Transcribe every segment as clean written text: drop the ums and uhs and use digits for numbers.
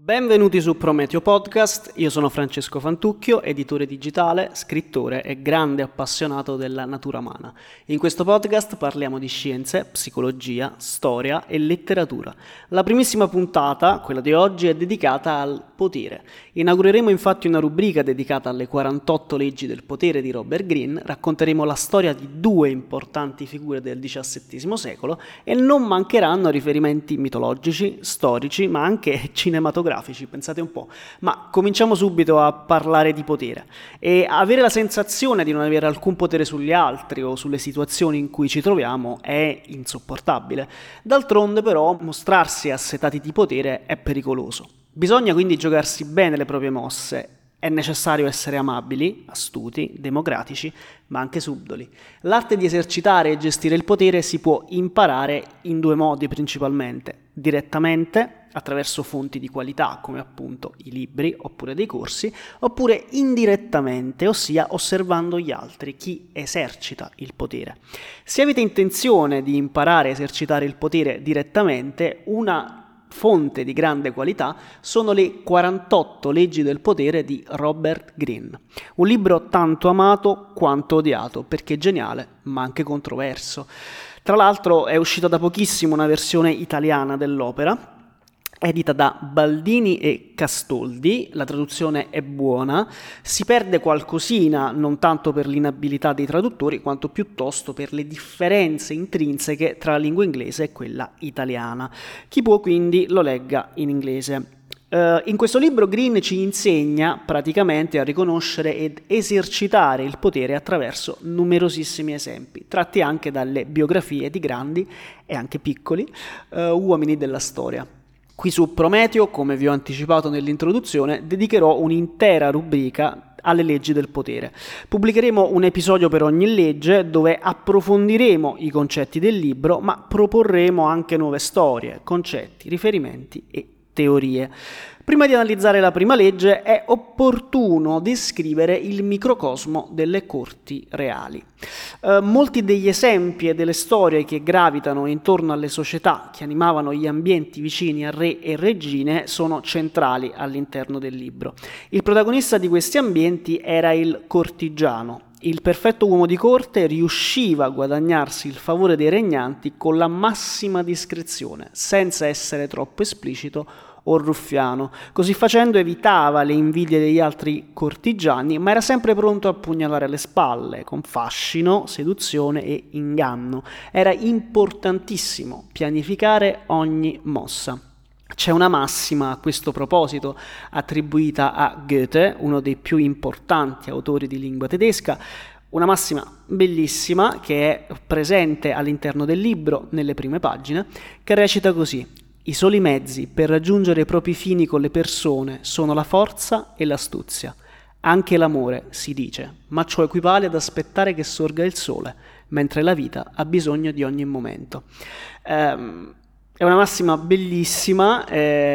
Benvenuti su Prometeo Podcast, io sono Francesco Fantucchio, editore digitale, scrittore e grande appassionato della natura umana. In questo podcast parliamo di scienze, psicologia, storia e letteratura. La primissima puntata, quella di oggi, è dedicata al potere. Inaugureremo infatti una rubrica dedicata alle 48 leggi del potere di Robert Greene, racconteremo la storia di due importanti figure del XVII secolo e non mancheranno riferimenti mitologici, storici, ma anche cinematografici. Pensate un po', ma cominciamo subito a parlare di potere e avere la sensazione di non avere alcun potere sugli altri o sulle situazioni in cui ci troviamo è insopportabile. D'altronde però mostrarsi assetati di potere è pericoloso. Bisogna quindi giocarsi bene le proprie mosse. È necessario essere amabili, astuti, democratici, ma anche subdoli. L'arte di esercitare e gestire il potere si può imparare in due modi principalmente: direttamente, attraverso fonti di qualità come appunto i libri oppure dei corsi, oppure indirettamente, ossia osservando gli altri, chi esercita il potere. Se avete intenzione di imparare a esercitare il potere direttamente, una fonte di grande qualità sono le 48 leggi del potere di Robert Greene, un libro tanto amato quanto odiato perché geniale ma anche controverso. Tra l'altro è uscita da pochissimo una versione italiana dell'opera edita da Baldini e Castoldi, la traduzione è buona, si perde qualcosina non tanto per l'inabilità dei traduttori quanto piuttosto per le differenze intrinseche tra la lingua inglese e quella italiana. Chi può quindi lo legga in inglese. In questo libro Greene ci insegna praticamente a riconoscere ed esercitare il potere attraverso numerosissimi esempi, tratti anche dalle biografie di grandi e anche piccoli uomini della storia. Qui su Prometeo, come vi ho anticipato nell'introduzione, dedicherò un'intera rubrica alle leggi del potere. Pubblicheremo un episodio per ogni legge dove approfondiremo i concetti del libro, ma proporremo anche nuove storie, concetti, riferimenti e teorie. Prima di analizzare la prima legge è opportuno descrivere il microcosmo delle corti reali. Molti degli esempi e delle storie che gravitano intorno alle società che animavano gli ambienti vicini a re e regine sono centrali all'interno del libro. Il protagonista di questi ambienti era il cortigiano. Il perfetto uomo di corte riusciva a guadagnarsi il favore dei regnanti con la massima discrezione, senza essere troppo esplicito o ruffiano. Così facendo evitava le invidie degli altri cortigiani, ma era sempre pronto a pugnalare alle spalle, con fascino, seduzione e inganno. Era importantissimo pianificare ogni mossa. C'è una massima a questo proposito attribuita a Goethe, uno dei più importanti autori di lingua tedesca, una massima bellissima che è presente all'interno del libro, nelle prime pagine, che recita così: i soli mezzi per raggiungere i propri fini con le persone sono la forza e l'astuzia. Anche l'amore, si dice, ma ciò equivale ad aspettare che sorga il sole, mentre la vita ha bisogno di ogni momento. È una massima bellissima,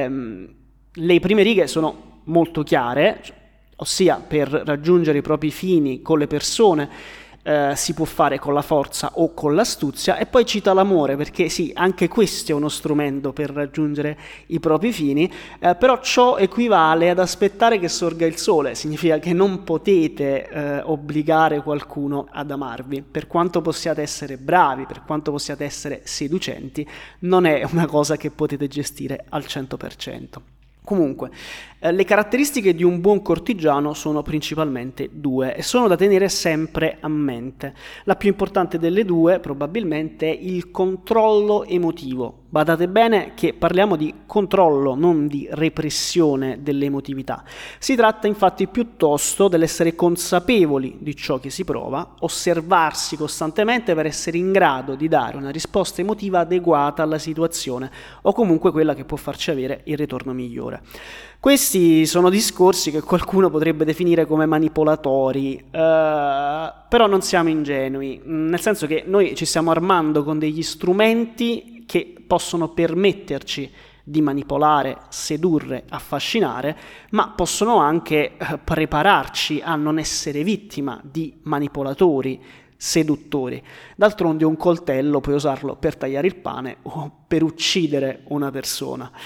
le prime righe sono molto chiare, ossia per raggiungere i propri fini con le persone si può fare con la forza o con l'astuzia, e poi cita l'amore perché sì, anche questo è uno strumento per raggiungere i propri fini, però ciò equivale ad aspettare che sorga il sole, significa che non potete obbligare qualcuno ad amarvi, per quanto possiate essere bravi, per quanto possiate essere seducenti, non è una cosa che potete gestire al 100%. Comunque, le caratteristiche di un buon cortigiano sono principalmente due e sono da tenere sempre a mente. La più importante delle due, probabilmente, è il controllo emotivo. Badate bene che parliamo di controllo, non di repressione dell'emotività. Si tratta infatti piuttosto dell'essere consapevoli di ciò che si prova, osservarsi costantemente per essere in grado di dare una risposta emotiva adeguata alla situazione o comunque quella che può farci avere il ritorno migliore. Questi sono discorsi che qualcuno potrebbe definire come manipolatori, però non siamo ingenui, nel senso che noi ci stiamo armando con degli strumenti che possono permetterci di manipolare, sedurre, affascinare, ma possono anche prepararci a non essere vittima di manipolatori, seduttori. D'altronde un coltello puoi usarlo per tagliare il pane o per uccidere una persona.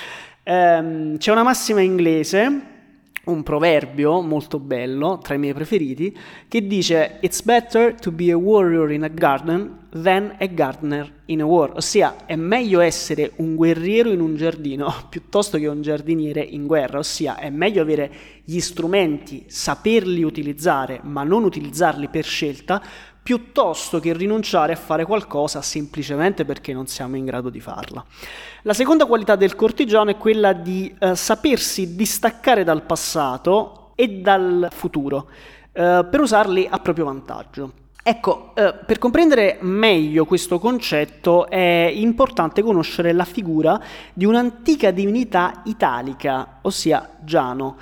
C'è una massima inglese, un proverbio molto bello, tra i miei preferiti, che dice "It's better to be a warrior in a garden than a gardener in a war", ossia è meglio essere un guerriero in un giardino piuttosto che un giardiniere in guerra, ossia è meglio avere gli strumenti, saperli utilizzare, ma non utilizzarli per scelta, piuttosto che rinunciare a fare qualcosa semplicemente perché non siamo in grado di farla. La seconda qualità del cortigiano è quella di sapersi distaccare dal passato e dal futuro per usarli a proprio vantaggio. Ecco, per comprendere meglio questo concetto è importante conoscere la figura di un'antica divinità italica, ossia Giano.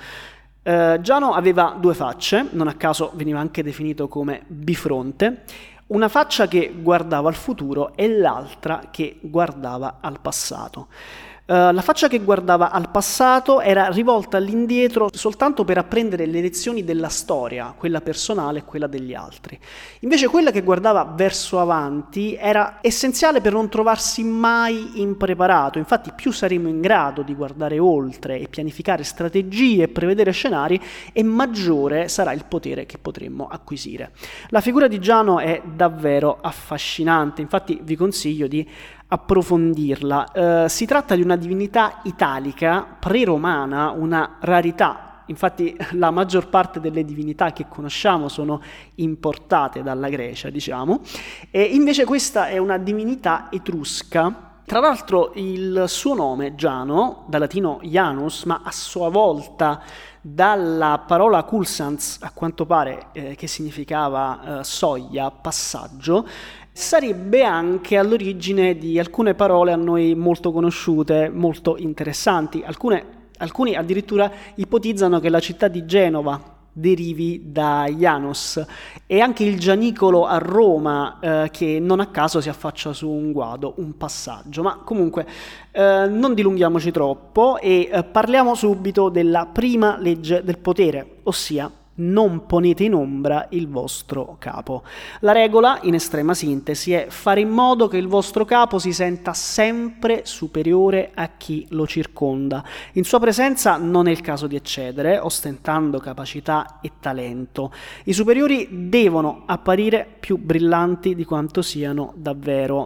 Giano aveva due facce, non a caso veniva anche definito come bifronte, una faccia che guardava al futuro e l'altra che guardava al passato. La faccia che guardava al passato era rivolta all'indietro soltanto per apprendere le lezioni della storia, quella personale e quella degli altri. Invece quella che guardava verso avanti era essenziale per non trovarsi mai impreparato. Infatti più saremo in grado di guardare oltre e pianificare strategie e prevedere scenari, e maggiore sarà il potere che potremmo acquisire. La figura di Giano è davvero affascinante, infatti vi consiglio di approfondirla. Si tratta di una divinità italica pre-romana, una rarità. Infatti la maggior parte delle divinità che conosciamo sono importate dalla Grecia, diciamo, e invece questa è una divinità etrusca. Tra l'altro il suo nome, Giano, dal latino Janus, ma a sua volta dalla parola culsans, a quanto pare che significava soglia, passaggio, sarebbe anche all'origine di alcune parole a noi molto conosciute, molto interessanti. Alcuni addirittura ipotizzano che la città di Genova derivi da Janus, e anche il Gianicolo a Roma che non a caso si affaccia su un guado, un passaggio. Ma comunque non dilunghiamoci troppo e parliamo subito della prima legge del potere, ossia non ponete in ombra il vostro capo. La regola, in estrema sintesi, è fare in modo che il vostro capo si senta sempre superiore a chi lo circonda. In sua presenza non è il caso di eccedere, ostentando capacità e talento. I superiori devono apparire più brillanti di quanto siano davvero.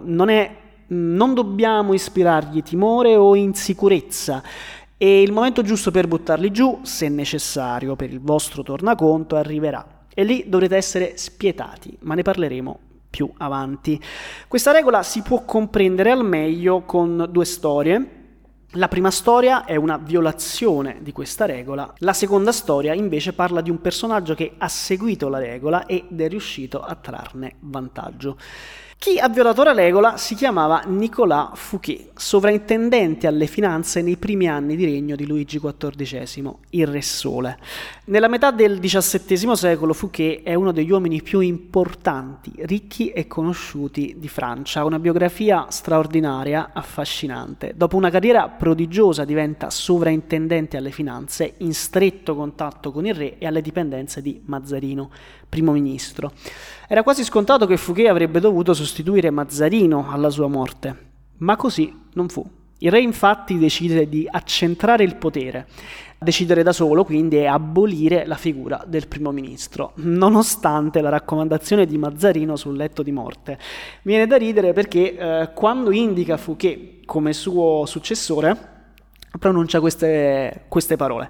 Non dobbiamo ispirargli timore o insicurezza. E il momento giusto per buttarli giù, se necessario per il vostro tornaconto, arriverà. E lì dovrete essere spietati, ma ne parleremo più avanti. Questa regola si può comprendere al meglio con due storie. La prima storia è una violazione di questa regola, la seconda storia invece parla di un personaggio che ha seguito la regola ed è riuscito a trarne vantaggio. Chi ha violato la regola si chiamava Nicolas Fouquet, sovrintendente alle finanze nei primi anni di regno di Luigi XIV, il Re Sole. Nella metà del XVII secolo Fouquet è uno degli uomini più importanti, ricchi e conosciuti di Francia. Ha una biografia straordinaria, affascinante. Dopo una carriera prodigiosa diventa sovrintendente alle finanze, in stretto contatto con il re e alle dipendenze di Mazzarino, primo ministro. Era quasi scontato che Fouquet avrebbe dovuto sostituire Mazzarino alla sua morte, ma così non fu. Il re infatti decide di accentrare il potere, decidere da solo quindi e abolire la figura del primo ministro, nonostante la raccomandazione di Mazzarino sul letto di morte. Viene da ridere perché quando indica Fouquet come suo successore pronuncia queste parole: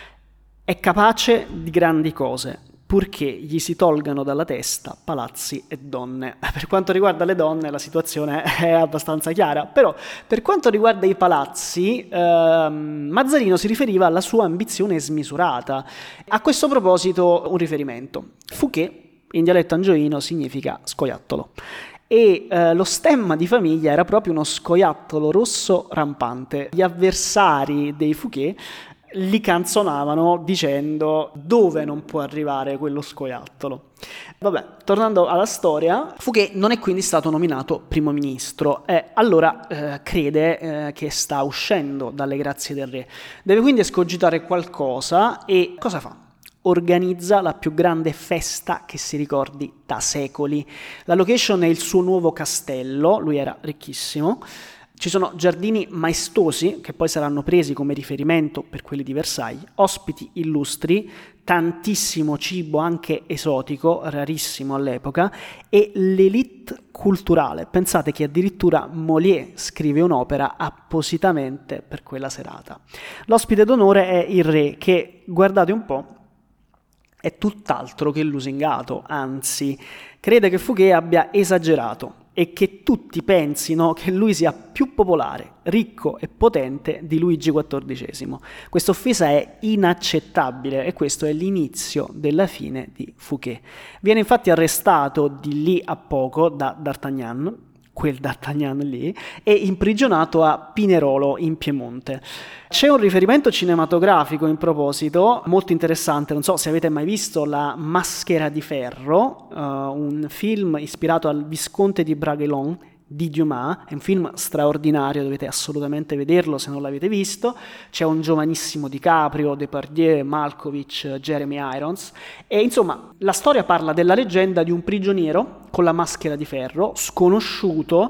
è capace di grandi cose, purché gli si tolgano dalla testa palazzi e donne. Per quanto riguarda le donne la situazione è abbastanza chiara, però per quanto riguarda i palazzi Mazzarino si riferiva alla sua ambizione smisurata. A questo proposito un riferimento: Fouquet in dialetto angioino significa scoiattolo e lo stemma di famiglia era proprio uno scoiattolo rosso rampante. Gli avversari dei Fouquet li canzonavano dicendo dove non può arrivare quello scoiattolo. Vabbè, tornando alla storia, Fouquet non è quindi stato nominato primo ministro e allora crede che sta uscendo dalle grazie del re. Deve quindi escogitare qualcosa e cosa fa? Organizza la più grande festa che si ricordi da secoli. La location è il suo nuovo castello, lui era ricchissimo. Ci sono giardini maestosi che poi saranno presi come riferimento per quelli di Versailles, ospiti illustri, tantissimo cibo anche esotico, rarissimo all'epoca, e l'élite culturale. Pensate che addirittura Molière scrive un'opera appositamente per quella serata. L'ospite d'onore è il re che, guardate un po', è tutt'altro che lusingato, anzi, crede che Fouquet abbia esagerato e che tutti pensino che lui sia più popolare, ricco e potente di Luigi XIV. Questa offesa è inaccettabile e questo è l'inizio della fine di Fouquet. Viene infatti arrestato di lì a poco da D'Artagnan, quel D'Artagnan lì, e imprigionato a Pinerolo in Piemonte. C'è un riferimento cinematografico in proposito molto interessante, non so se avete mai visto La Maschera di Ferro, un film ispirato al Visconte di Bragelonne di Dumas, è un film straordinario, dovete assolutamente vederlo se non l'avete visto. C'è un giovanissimo DiCaprio, Depardieu, Malkovich, Jeremy Irons, e insomma la storia parla della leggenda di un prigioniero con la maschera di ferro, sconosciuto,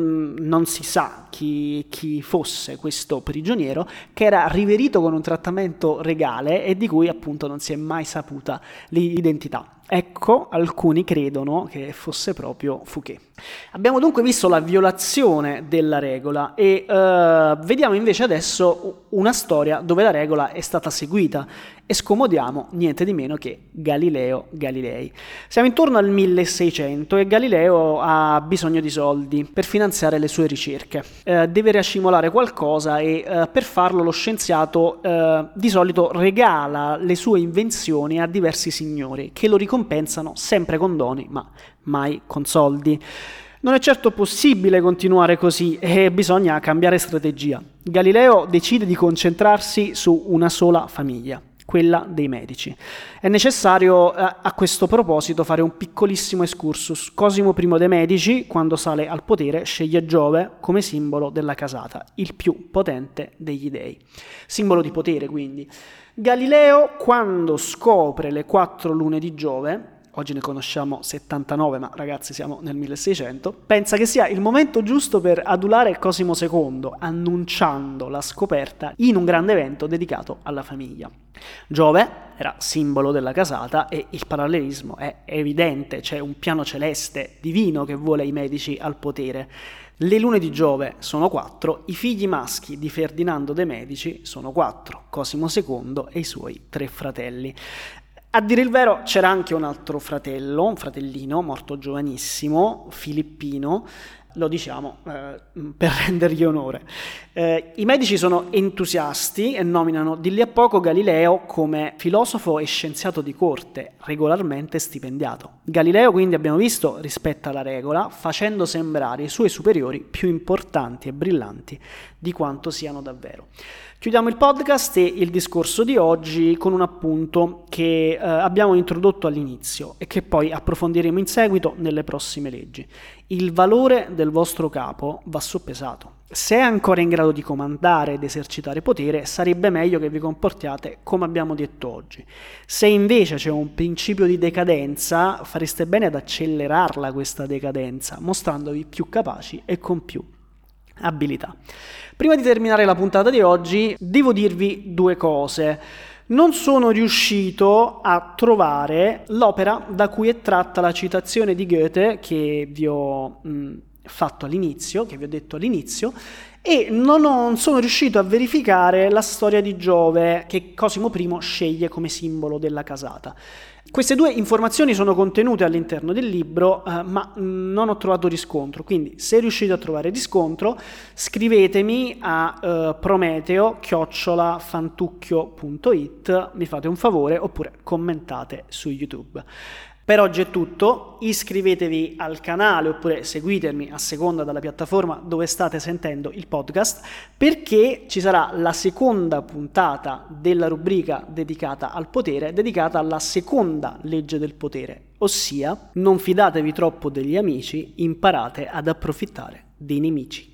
non si sa chi fosse questo prigioniero, che era riverito con un trattamento regale e di cui appunto non si è mai saputa l'identità. Ecco, alcuni credono che fosse proprio Fouquet. Abbiamo dunque visto la violazione della regola e vediamo invece adesso una storia dove la regola è stata seguita e scomodiamo niente di meno che Galileo Galilei. Siamo intorno al 1600 e Galileo ha bisogno di soldi per finanziare le sue ricerche. Deve riascimolare qualcosa e per farlo lo scienziato di solito regala le sue invenzioni a diversi signori che lo ricompensano sempre con doni, ma mai con soldi. Non è certo possibile continuare così e bisogna cambiare strategia. Galileo decide di concentrarsi su una sola famiglia, quella dei Medici. È necessario a questo proposito fare un piccolissimo excursus. Cosimo I de' Medici, quando sale al potere, sceglie Giove come simbolo della casata, il più potente degli dei. Simbolo di potere, quindi. Galileo, quando scopre le 4 lune di Giove, oggi ne conosciamo 79, ma ragazzi siamo nel 1600, pensa che sia il momento giusto per adulare Cosimo II, annunciando la scoperta in un grande evento dedicato alla famiglia. Giove era simbolo della casata e il parallelismo è evidente, c'è un piano celeste divino che vuole i Medici al potere. Le lune di Giove sono 4, i figli maschi di Ferdinando de' Medici sono 4, Cosimo II e i suoi 3 fratelli. A dire il vero c'era anche un altro fratello, un fratellino morto giovanissimo, Filippino, lo diciamo per rendergli onore. I Medici sono entusiasti e nominano di lì a poco Galileo come filosofo e scienziato di corte, regolarmente stipendiato. Galileo, quindi, abbiamo visto, rispetta la regola, facendo sembrare i suoi superiori più importanti e brillanti di quanto siano davvero. Chiudiamo il podcast e il discorso di oggi con un appunto che abbiamo introdotto all'inizio e che poi approfondiremo in seguito nelle prossime leggi. Il valore del vostro capo va soppesato. Se è ancora in grado di comandare ed esercitare potere, sarebbe meglio che vi comportiate come abbiamo detto oggi. Se invece c'è un principio di decadenza, fareste bene ad accelerarla questa decadenza, mostrandovi più capaci e con più abilità. Prima di terminare la puntata di oggi, devo dirvi 2 cose. Non sono riuscito a trovare l'opera da cui è tratta la citazione di Goethe che vi ho fatto all'inizio, che vi ho detto all'inizio, e non sono riuscito a verificare la storia di Giove che Cosimo I sceglie come simbolo della casata. Queste 2 informazioni sono contenute all'interno del libro, ma non ho trovato riscontro, quindi se riuscite a trovare riscontro scrivetemi a prometeo@fantucchio.it, mi fate un favore, oppure commentate su YouTube. Per oggi è tutto, iscrivetevi al canale oppure seguitemi a seconda della piattaforma dove state sentendo il podcast, perché ci sarà la seconda puntata della rubrica dedicata al potere, dedicata alla seconda legge del potere, ossia non fidatevi troppo degli amici, imparate ad approfittare dei nemici.